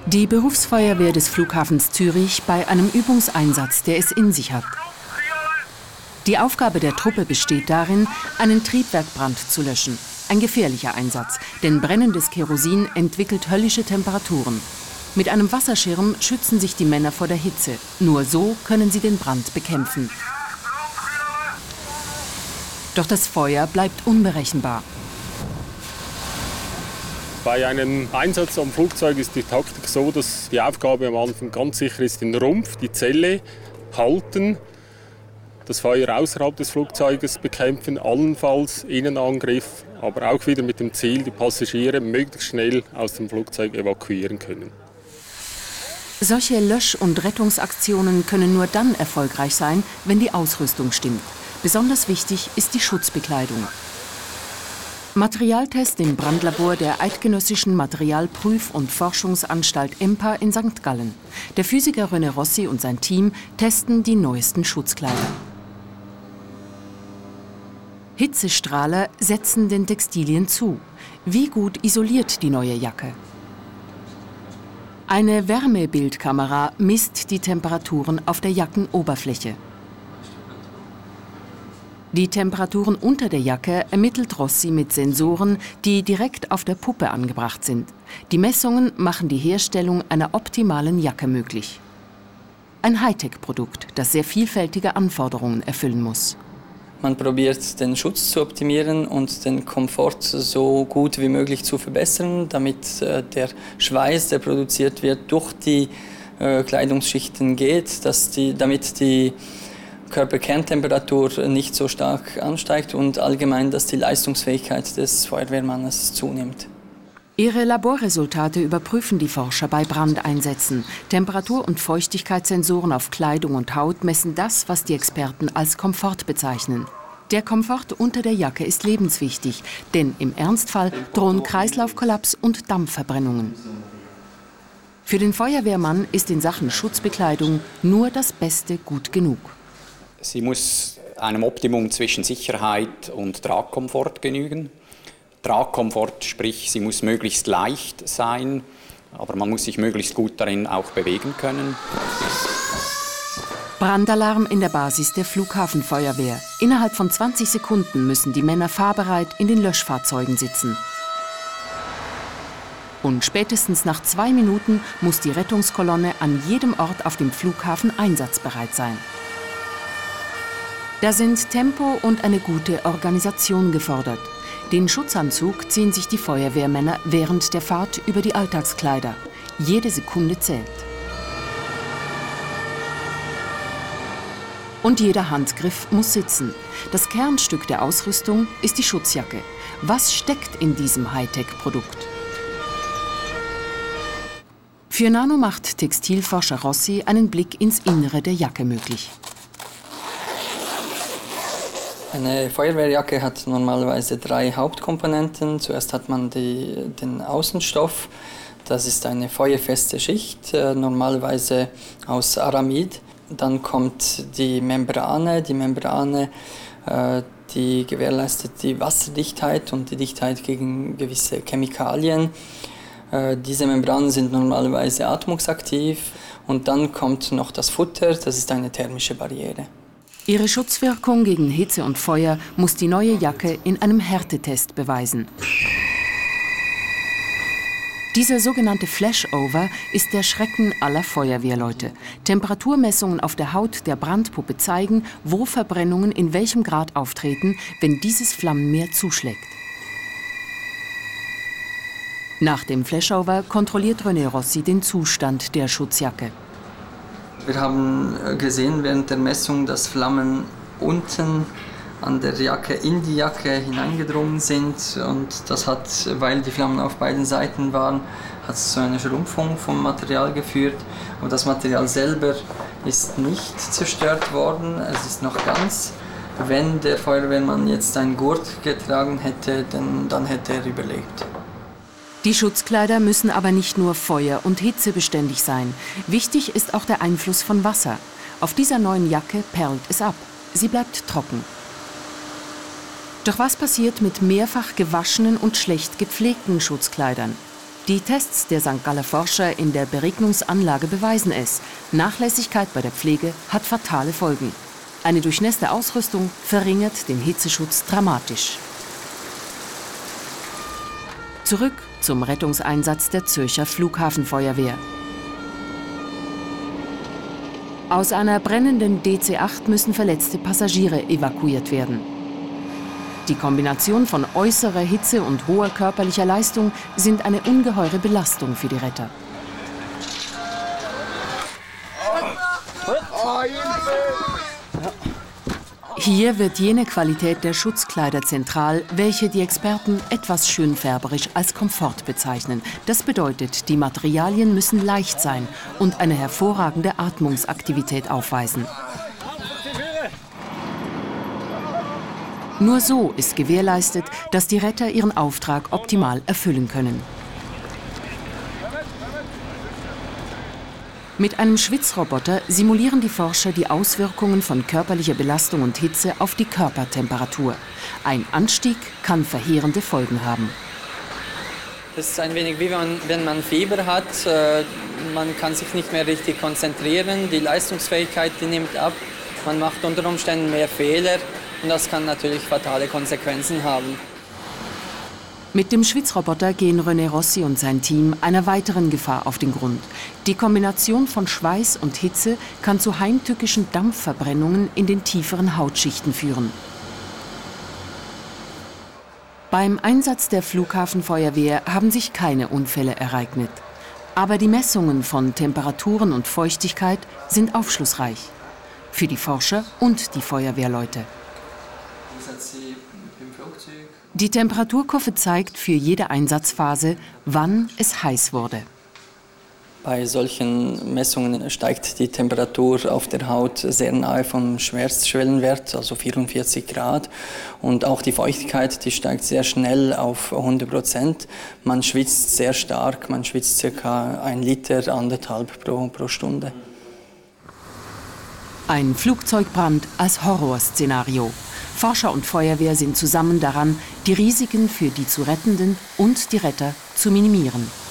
Die Berufsfeuerwehr des Flughafens Zürich bei einem Übungseinsatz, der es in sich hat. Die Aufgabe der Truppe besteht darin, einen Triebwerkbrand zu löschen. Ein gefährlicher Einsatz, denn brennendes Kerosin entwickelt höllische Temperaturen. Mit einem Wasserschirm schützen sich die Männer vor der Hitze. Nur so können sie den Brand bekämpfen. Doch das Feuer bleibt unberechenbar. Bei einem Einsatz am Flugzeug ist die Taktik so, dass die Aufgabe am Anfang ganz sicher ist, den Rumpf, die Zelle halten, das Feuer außerhalb des Flugzeuges bekämpfen, allenfalls Innenangriff, aber auch wieder mit dem Ziel, die Passagiere möglichst schnell aus dem Flugzeug evakuieren können. Solche Lösch- und Rettungsaktionen können nur dann erfolgreich sein, wenn die Ausrüstung stimmt. Besonders wichtig ist die Schutzbekleidung. Materialtest im Brandlabor der Eidgenössischen Materialprüf- und Forschungsanstalt EMPA in St. Gallen. Der Physiker René Rossi und sein Team testen die neuesten Schutzkleider. Hitzestrahler setzen den Textilien zu. Wie gut isoliert die neue Jacke? Eine Wärmebildkamera misst die Temperaturen auf der Jackenoberfläche. Die Temperaturen unter der Jacke ermittelt Rossi mit Sensoren, die direkt auf der Puppe angebracht sind. Die Messungen machen die Herstellung einer optimalen Jacke möglich. Ein Hightech-Produkt, das sehr vielfältige Anforderungen erfüllen muss. Man probiert, den Schutz zu optimieren und den Komfort so gut wie möglich zu verbessern, damit der Schweiß, der produziert wird, durch die Kleidungsschichten geht, damit die Körperkerntemperatur nicht so stark ansteigt und allgemein, dass die Leistungsfähigkeit des Feuerwehrmannes zunimmt. Ihre Laborresultate überprüfen die Forscher bei Brandeinsätzen. Temperatur- und Feuchtigkeitssensoren auf Kleidung und Haut messen das, was die Experten als Komfort bezeichnen. Der Komfort unter der Jacke ist lebenswichtig, denn im Ernstfall drohen Kreislaufkollaps und Dampfverbrennungen. Für den Feuerwehrmann ist in Sachen Schutzbekleidung nur das Beste gut genug. Sie muss einem Optimum zwischen Sicherheit und Tragkomfort genügen. Tragkomfort, sprich, sie muss möglichst leicht sein, aber man muss sich möglichst gut darin auch bewegen können. Brandalarm in der Basis der Flughafenfeuerwehr. Innerhalb von 20 Sekunden müssen die Männer fahrbereit in den Löschfahrzeugen sitzen. Und spätestens nach 2 Minuten muss die Rettungskolonne an jedem Ort auf dem Flughafen einsatzbereit sein. Da sind Tempo und eine gute Organisation gefordert. Den Schutzanzug ziehen sich die Feuerwehrmänner während der Fahrt über die Alltagskleider. Jede Sekunde zählt. Und jeder Handgriff muss sitzen. Das Kernstück der Ausrüstung ist die Schutzjacke. Was steckt in diesem Hightech-Produkt? Für Nano macht Textilforscher Rossi einen Blick ins Innere der Jacke möglich. Eine Feuerwehrjacke hat normalerweise 3 Hauptkomponenten. Zuerst hat man den Außenstoff. Das ist eine feuerfeste Schicht, normalerweise aus Aramid. Dann kommt die Membrane. Die Membrane, die gewährleistet die Wasserdichtheit und die Dichtheit gegen gewisse Chemikalien. Diese Membranen sind normalerweise atmungsaktiv. Und dann kommt noch das Futter, das ist eine thermische Barriere. Ihre Schutzwirkung gegen Hitze und Feuer muss die neue Jacke in einem Härtetest beweisen. Dieser sogenannte Flashover ist der Schrecken aller Feuerwehrleute. Temperaturmessungen auf der Haut der Brandpuppe zeigen, wo Verbrennungen in welchem Grad auftreten, wenn dieses Flammenmeer zuschlägt. Nach dem Flashover kontrolliert René Rossi den Zustand der Schutzjacke. Wir haben gesehen während der Messung, dass Flammen unten an der Jacke in die Jacke hineingedrungen sind. Und das hat, weil die Flammen auf beiden Seiten waren, hat es zu einer Schrumpfung vom Material geführt. Aber das Material selber ist nicht zerstört worden, es ist noch ganz. Wenn der Feuerwehrmann jetzt einen Gurt getragen hätte, dann hätte er überlebt. Die Schutzkleider müssen aber nicht nur feuer- und hitzebeständig sein. Wichtig ist auch der Einfluss von Wasser. Auf dieser neuen Jacke perlt es ab. Sie bleibt trocken. Doch was passiert mit mehrfach gewaschenen und schlecht gepflegten Schutzkleidern? Die Tests der St. Galler Forscher in der Beregnungsanlage beweisen es. Nachlässigkeit bei der Pflege hat fatale Folgen. Eine durchnässte Ausrüstung verringert den Hitzeschutz dramatisch. Zurück zum Rettungseinsatz der Zürcher Flughafenfeuerwehr. Aus einer brennenden DC-8 müssen verletzte Passagiere evakuiert werden. Die Kombination von äußerer Hitze und hoher körperlicher Leistung sind eine ungeheure Belastung für die Retter. Hier wird jene Qualität der Schutzkleider zentral, welche die Experten etwas schönfärberisch als Komfort bezeichnen. Das bedeutet, die Materialien müssen leicht sein und eine hervorragende Atmungsaktivität aufweisen. Nur so ist gewährleistet, dass die Retter ihren Auftrag optimal erfüllen können. Mit einem Schwitzroboter simulieren die Forscher die Auswirkungen von körperlicher Belastung und Hitze auf die Körpertemperatur. Ein Anstieg kann verheerende Folgen haben. Es ist ein wenig wie wenn man Fieber hat. Man kann sich nicht mehr richtig konzentrieren, die Leistungsfähigkeit die nimmt ab, man macht unter Umständen mehr Fehler und das kann natürlich fatale Konsequenzen haben. Mit dem Schwitzroboter gehen René Rossi und sein Team einer weiteren Gefahr auf den Grund. Die Kombination von Schweiß und Hitze kann zu heimtückischen Dampfverbrennungen in den tieferen Hautschichten führen. Beim Einsatz der Flughafenfeuerwehr haben sich keine Unfälle ereignet. Aber die Messungen von Temperaturen und Feuchtigkeit sind aufschlussreich. Für die Forscher und die Feuerwehrleute. Die Temperaturkurve zeigt für jede Einsatzphase, wann es heiß wurde. Bei solchen Messungen steigt die Temperatur auf der Haut sehr nahe vom Schwerstschwellenwert, also 44 Grad. Und auch die Feuchtigkeit, die steigt sehr schnell auf 100%. Man schwitzt sehr stark, man schwitzt ca. 1 Liter, 1,5 pro Stunde. Ein Flugzeugbrand als Horrorszenario. Forscher und Feuerwehr sind zusammen daran, die Risiken für die zu Rettenden und die Retter zu minimieren.